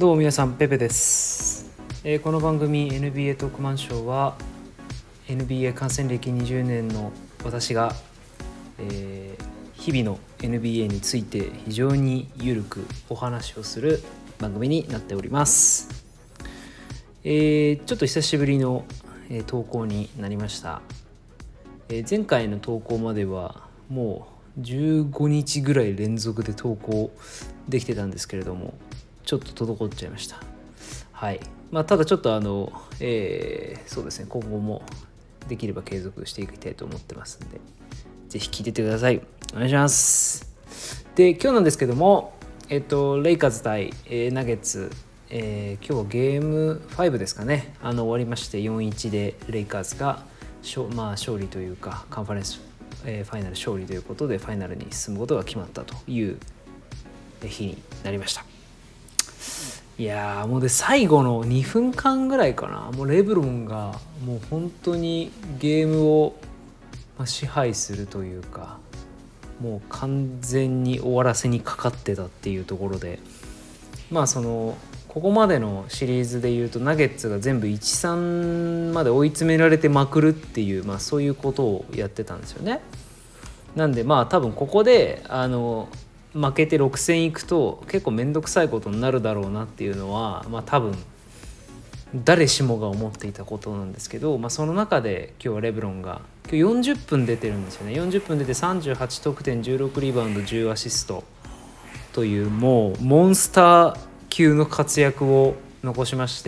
どうも皆さん、ペペです。この番組 NBA トークマンショーは NBA 観戦歴20年の私が、日々の NBA について非常にゆるくお話をする番組になっております。ちょっと久しぶりの、投稿になりました。前回の投稿まではもう15日ぐらい連続で投稿できてたんですけれども、ちょっと滞っちゃいました。はい。ただちょっとそうですね、今後もできれば継続していきたいと思ってますんで、ぜひ聞いててください。お願いします。で、今日なんですけども、レイカーズ対、ナゲッツ、今日はゲーム5ですかね、終わりまして 4-1 でレイカーズが勝利というかカンファレンス、ファイナル勝利ということでファイナルに進むことが決まったという日になりました。いやもうで最後の2分間ぐらいかな、もうレブロンがもう本当にゲームを支配するというか、もう完全に終わらせにかかってたっていうところで、ここまでのシリーズでいうとナゲッツが全部 1-3 まで追い詰められてまくるっていう、そういうことをやってたんですよね。なんで多分ここで負けて6戦いくと結構めんどくさいことになるだろうなっていうのは、多分誰しもが思っていたことなんですけど、その中で今日はレブロンが今日40分出てるんですよね。40分出て38得点16リバウンド10アシストというもうモンスター級の活躍を残しまして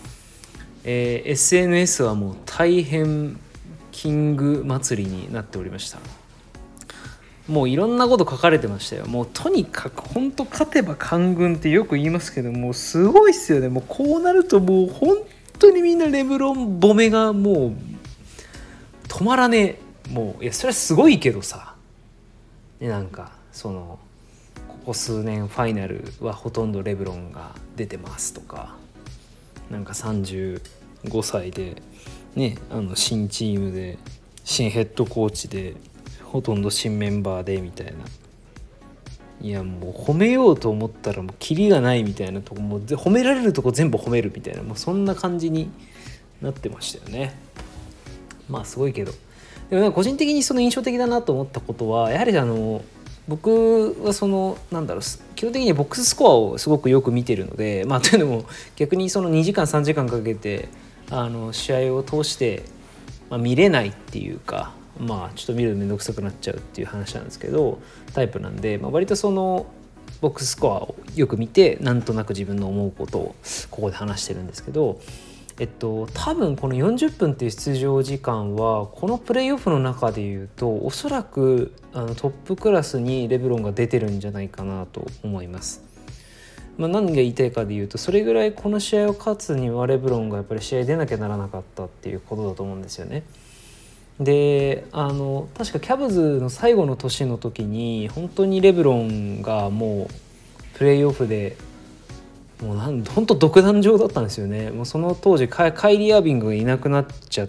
、SNS はもう大変キング祭りになっておりました。もういろんなこと書かれてましたよ。もうとにかく本当勝てば官軍ってよく言いますけど、もうすごいっすよね。もうこうなるともう本当にみんなレブロン褒めがもう止まらねえ。もういやそれはすごいけどさ、なんかここ数年ファイナルはほとんどレブロンが出てますとか、なんか35歳でね、新チームで新ヘッドコーチでほとんど新メンバーでみたいな、いやもう褒めようと思ったらもうキリがないみたいなとこ、もう褒められるとこ全部褒めるみたいな、もうそんな感じになってましたよね。すごいけど、でも個人的にその印象的だなと思ったことは、やはり僕は基本的にボックススコアをすごくよく見てるので、というのも逆にその2時間3時間かけて試合を通して、見れないっていうか、ちょっと見るのめんどくさくなっちゃうっていう話なんですけど、タイプなんで、割とそのボックススコアをよく見てなんとなく自分の思うことをここで話してるんですけど、多分この40分っていう出場時間はこのプレーオフの中でいうとおそらくトップクラスにレブロンが出てるんじゃないかなと思います。何が言いたいかでいうと、それぐらいこの試合を勝つにはレブロンがやっぱり試合出なきゃならなかったっていうことだと思うんですよね。で確かキャブズの最後の年の時に本当にレブロンがもうプレーオフでもう本当独壇場だったんですよね。もうその当時カイリー・アービングがいなくなっちゃって、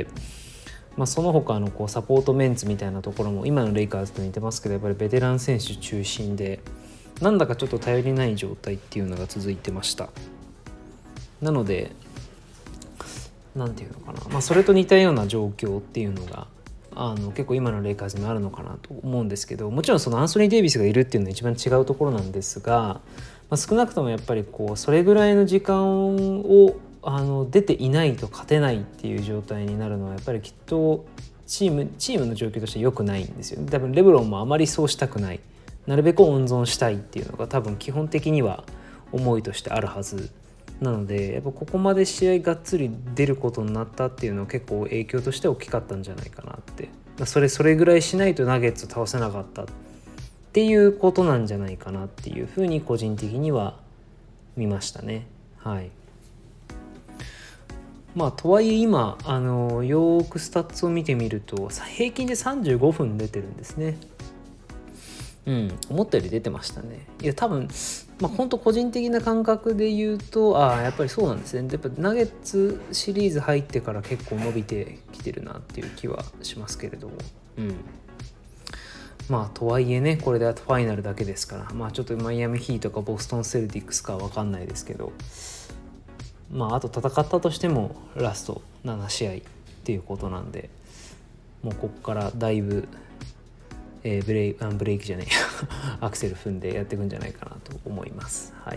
その他のサポートメンツみたいなところも今のレイカーズと似てますけど、やっぱりベテラン選手中心でなんだかちょっと頼りない状態っていうのが続いてました。なのでなんていうのかな、それと似たような状況っていうのが結構今のレイカーズにあるのかなと思うんですけど、もちろんそのアンソニー・デイビスがいるっていうのは一番違うところなんですが、少なくともやっぱりそれぐらいの時間を出ていないと勝てないっていう状態になるのはやっぱりきっとチームの状況として良くないんですよね。多分レブロンもあまりそうしたくない、なるべく温存したいっていうのが多分基本的には思いとしてあるはずなので、やっぱここまで試合がっつり出ることになったっていうのは結構影響として大きかったんじゃないかなって、それぐらいしないとナゲッツを倒せなかったっていうことなんじゃないかなっていうふうに個人的には見ましたね。はい。とはいえ今よくスタッツを見てみると平均で35分出てるんですね。思ったより出てましたね。いや多分本当個人的な感覚で言うとやっぱりそうなんですね。やっぱナゲッツシリーズ入ってから結構伸びてきてるなっていう気はしますけれども、 まあとはいえね、これであとファイナルだけですから、まあちょっとマイアミヒートかボストンセルティックスかは分かんないですけど、まああと戦ったとしてもラスト7試合っていうことなんで、もうここからだいぶ、ブレーキじゃないアクセル踏んでやっていくんじゃないかなと思います。はい。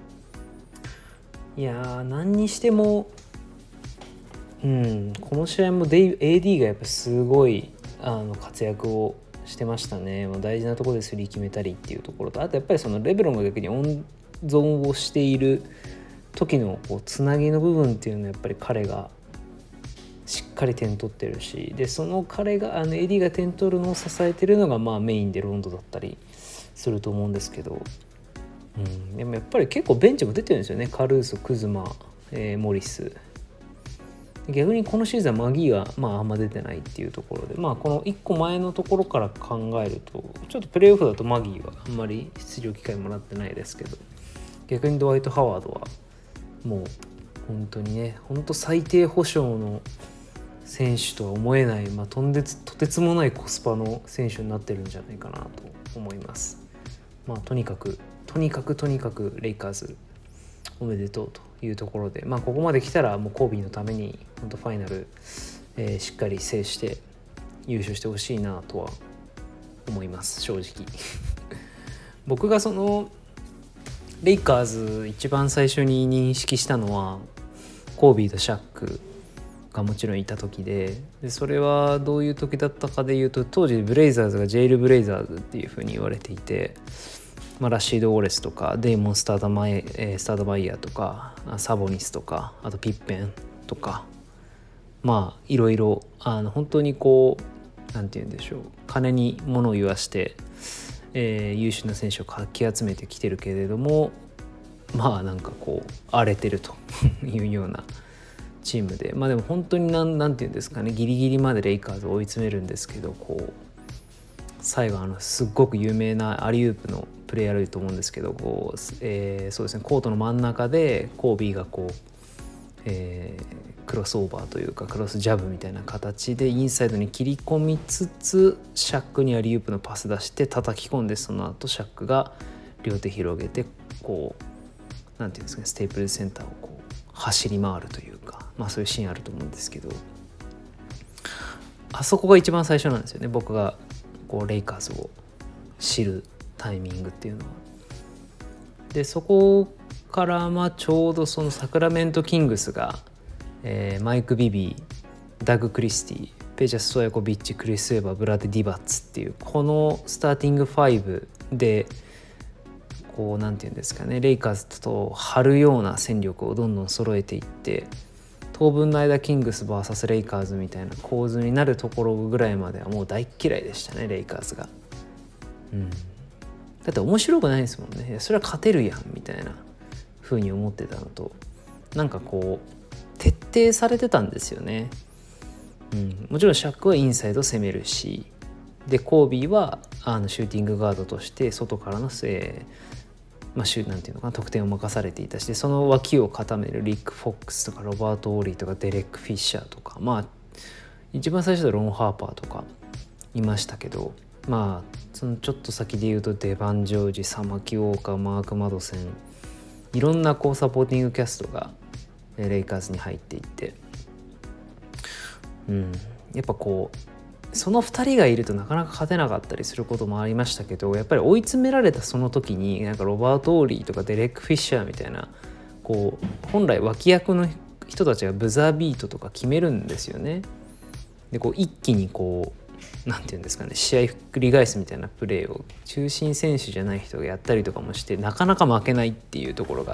いや何にしても、この試合もAD がやっぱすごい活躍をしてましたね。もう大事なところでスリー決めたりっていうところと、あとやっぱりそのレブロンが逆に温存をしている時のこうつなぎの部分っていうのはやっぱり彼がしっかり点取ってるし、でその彼がAD が点取るのを支えてるのがまあメインでロンドだったりすると思うんですけど、でもやっぱり結構ベンチも出てるんですよね。カルーソ、クズマ、モリス。逆にこのシーズンはマギーはまああんま出てないっていうところで、まあこの1個前のところから考えるとちょっとプレーオフだとマギーはあんまり出場機会もらってないですけど、逆にドワイト・ハワードはもう本当にね、本当最低保証の選手とは思えない、とてつもないコスパの選手になってるんじゃないかなと思います。とにかくレイカーズおめでとうというところで、ここまで来たらもうコービーのために本当ファイナル、しっかり制して優勝してほしいなとは思います。正直僕がそのレイカーズ一番最初に認識したのはコービーとシャックがもちろんいた時で、それはどういう時だったかでいうと、当時ブレイザーズがジェイルブレイザーズっていう風に言われていて、ラシード・オーレスとかデイモン・スターダマイヤーとかサボニスとか、あとピッペンとか、いろいろ本当にこうなんて言うんでしょう、金に物を言わして、優秀な選手をかき集めてきてるけれども、なんかこう荒れてるというようなチームで、でも本当になんて言うんですかね、ギリギリまでレイカーズを追い詰めるんですけど、こう最後すっごく有名なアリウープのプレーやると思うんですけど、こう、そうですね、コートの真ん中でコービーがこう、クロスオーバーというかクロスジャブみたいな形でインサイドに切り込みつつ、シャックにアリウープのパス出して叩き込んで、その後シャックが両手広げてこうなんていうんですかね、ステープルズセンターをこう走り回るというか、そういうシーンあると思うんですけど、あそこが一番最初なんですよね、僕がこうレイカーズを知るタイミングっていうのは。でそこからちょうどそのサクラメントキングスが、マイク・ビビー、ダグ・クリスティ、ペジャ・ストヤコビッチ、クリス・ウェバー、ブラデ・ディバッツっていうこのスターティング5でこうなんていうんですかね、レイカーズと張るような戦力をどんどん揃えていって、当分の間キングス VS レイカーズみたいな構図になるところぐらいまではもう大嫌いでしたね、レイカーズが。だって面白くないですもんね。それは勝てるやんみたいな風に思ってたのと、なんかこう徹底されてたんですよね。もちろんシャックはインサイド攻めるし、でコービーはシューティングガードとして外からのなんていうのかな、得点を任されていたし、その脇を固めるリック・フォックスとかロバート・オーリーとかデレック・フィッシャーとか、一番最初はロン・ハーパーとかいましたけど、そのちょっと先で言うとデバン・ジョージ、サマキ・ウォーカー、マーク・マドセン、いろんなこうサポーティングキャストがレイカーズに入っていって、やっぱこうその2人がいるとなかなか勝てなかったりすることもありましたけど、やっぱり追い詰められたその時になんかロバート・オーリーとかデレック・フィッシャーみたいなこう本来脇役の人たちがブザービートとか決めるんですよね。でこう一気にこうなんていうんですかね、試合ひっくり返すみたいなプレーを中心選手じゃない人がやったりとかもして、なかなか負けないっていうところがあって、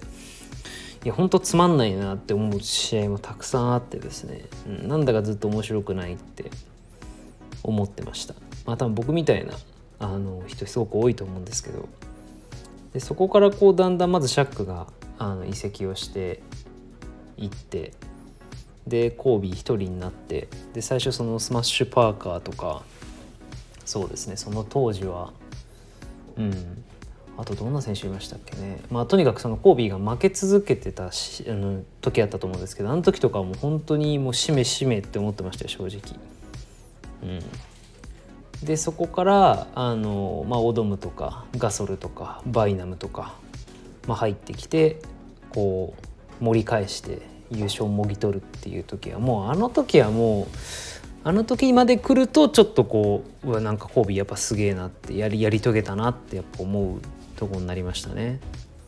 いや本当つまんないなって思う試合もたくさんあってですね、なんだかずっと面白くないって思ってました。多分僕みたいな人すごく多いと思うんですけど、でそこからこうだんだんまずシャックが移籍をしていって、でコービー一人になって、で最初そのスマッシュパーカーとか、そうですね、その当時はあとどんな選手いましたっけね。とにかくそのコービーが負け続けてた時あったと思うんですけど、あの時とかはもう本当にもうしめしめって思ってましたよ、正直。 でそこからオドムとかガソルとかバイナムとか、入ってきてこう盛り返して優勝をもぎ取るっていう時はあの時まで来るとちょっとこうなんかコービーやっぱすげえなってやり遂げたなってやっぱ思うところになりましたね。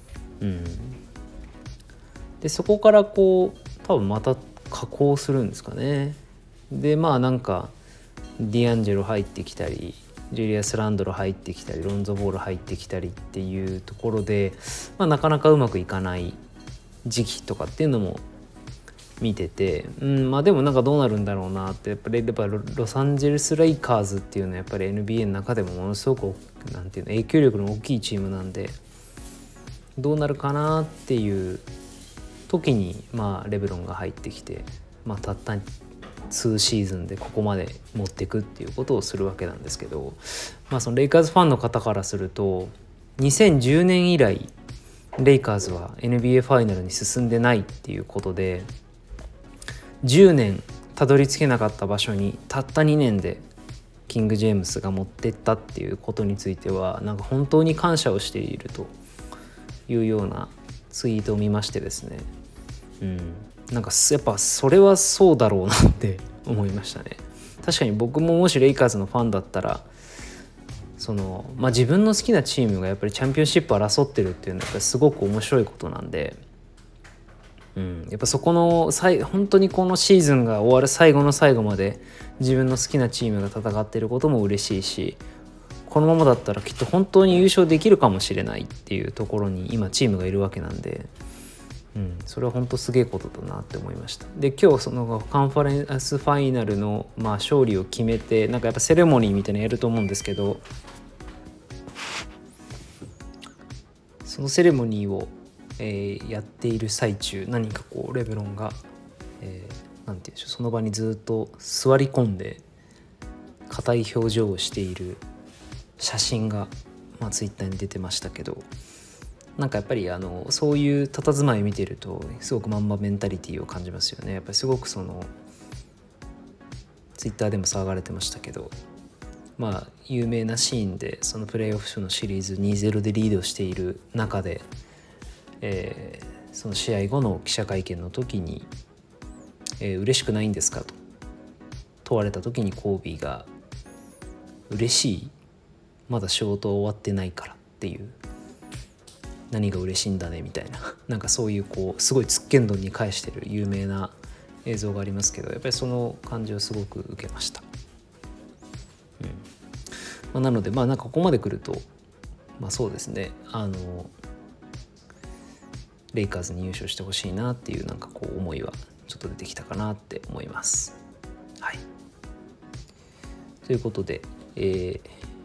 でそこからこう多分また下降するんですかね。でなんかディアンジェロ入ってきたりジュリアス・ランドロ入ってきたりロンゾ・ボール入ってきたりっていうところで、なかなかうまくいかない時期とかっていうのも見てて、でもなんかどうなるんだろうなって。やっぱロサンゼルス・レイカーズっていうのはやっぱり NBA の中でもものすごくなんていうの影響力の大きいチームなんで、どうなるかなっていう時にレブロンが入ってきて、たった2シーズンでここまで持っていくっていうことをするわけなんですけど、そのレイカーズファンの方からすると2010年以来レイカーズは NBA ファイナルに進んでないっていうことで、10年たどり着けなかった場所にたった2年でキング・ジェームスが持ってったっていうことについてはなんか本当に感謝をしているというようなツイートを見ましてですね、なんかやっぱそれはそうだろうなって思いましたね。確かに僕ももしレイカーズのファンだったら自分の好きなチームがやっぱりチャンピオンシップを争ってるっていうのはやっぱりすごく面白いことなんで、やっぱそこの本当にこのシーズンが終わる最後の最後まで自分の好きなチームが戦っていることも嬉しいし、このままだったらきっと本当に優勝できるかもしれないっていうところに今チームがいるわけなんで、それは本当すげえことだなって思いました。で今日そのカンファレンスファイナルの勝利を決めてなんかやっぱセレモニーみたいなのやると思うんですけど、そのセレモニーをやっている最中、何かこうレブロンが、なんていうんでしょう、その場にずっと座り込んで硬い表情をしている写真が、ツイッターに出てましたけど、なんかやっぱりそういう佇まいを見てるとすごくマンバメンタリティを感じますよね。やっぱりすごくそのツイッターでも騒がれてましたけど、有名なシーンでそのプレーオフのシリーズ 2-0 でリードしている中で、その試合後の記者会見の時に、嬉しくないんですかと問われた時にコービーが嬉しい、まだ仕事終わってないからっていう、何が嬉しいんだねみたいななんかそういうこうすごいつっけんどんに返してる有名な映像がありますけど、やっぱりその感じをすごく受けました。なのでなんかここまで来るとそうですね、レイカーズに優勝してほしいなっていうなんかこう思いはちょっと出てきたかなって思います。はい。ということで、レ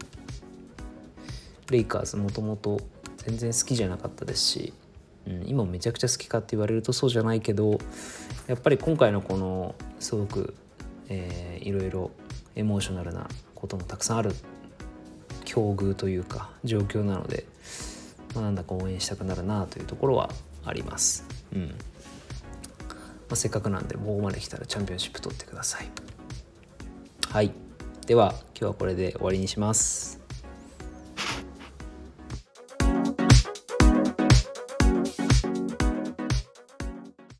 イカーズもともと全然好きじゃなかったですし、今めちゃくちゃ好きかって言われるとそうじゃないけど、やっぱり今回のこのすごく、いろいろエモーショナルなこともたくさんある境遇というか状況なので、なんだか応援したくなるなというところはあります。せっかくなんでここまで来たらチャンピオンシップ取ってください。はい。では今日はこれで終わりにします。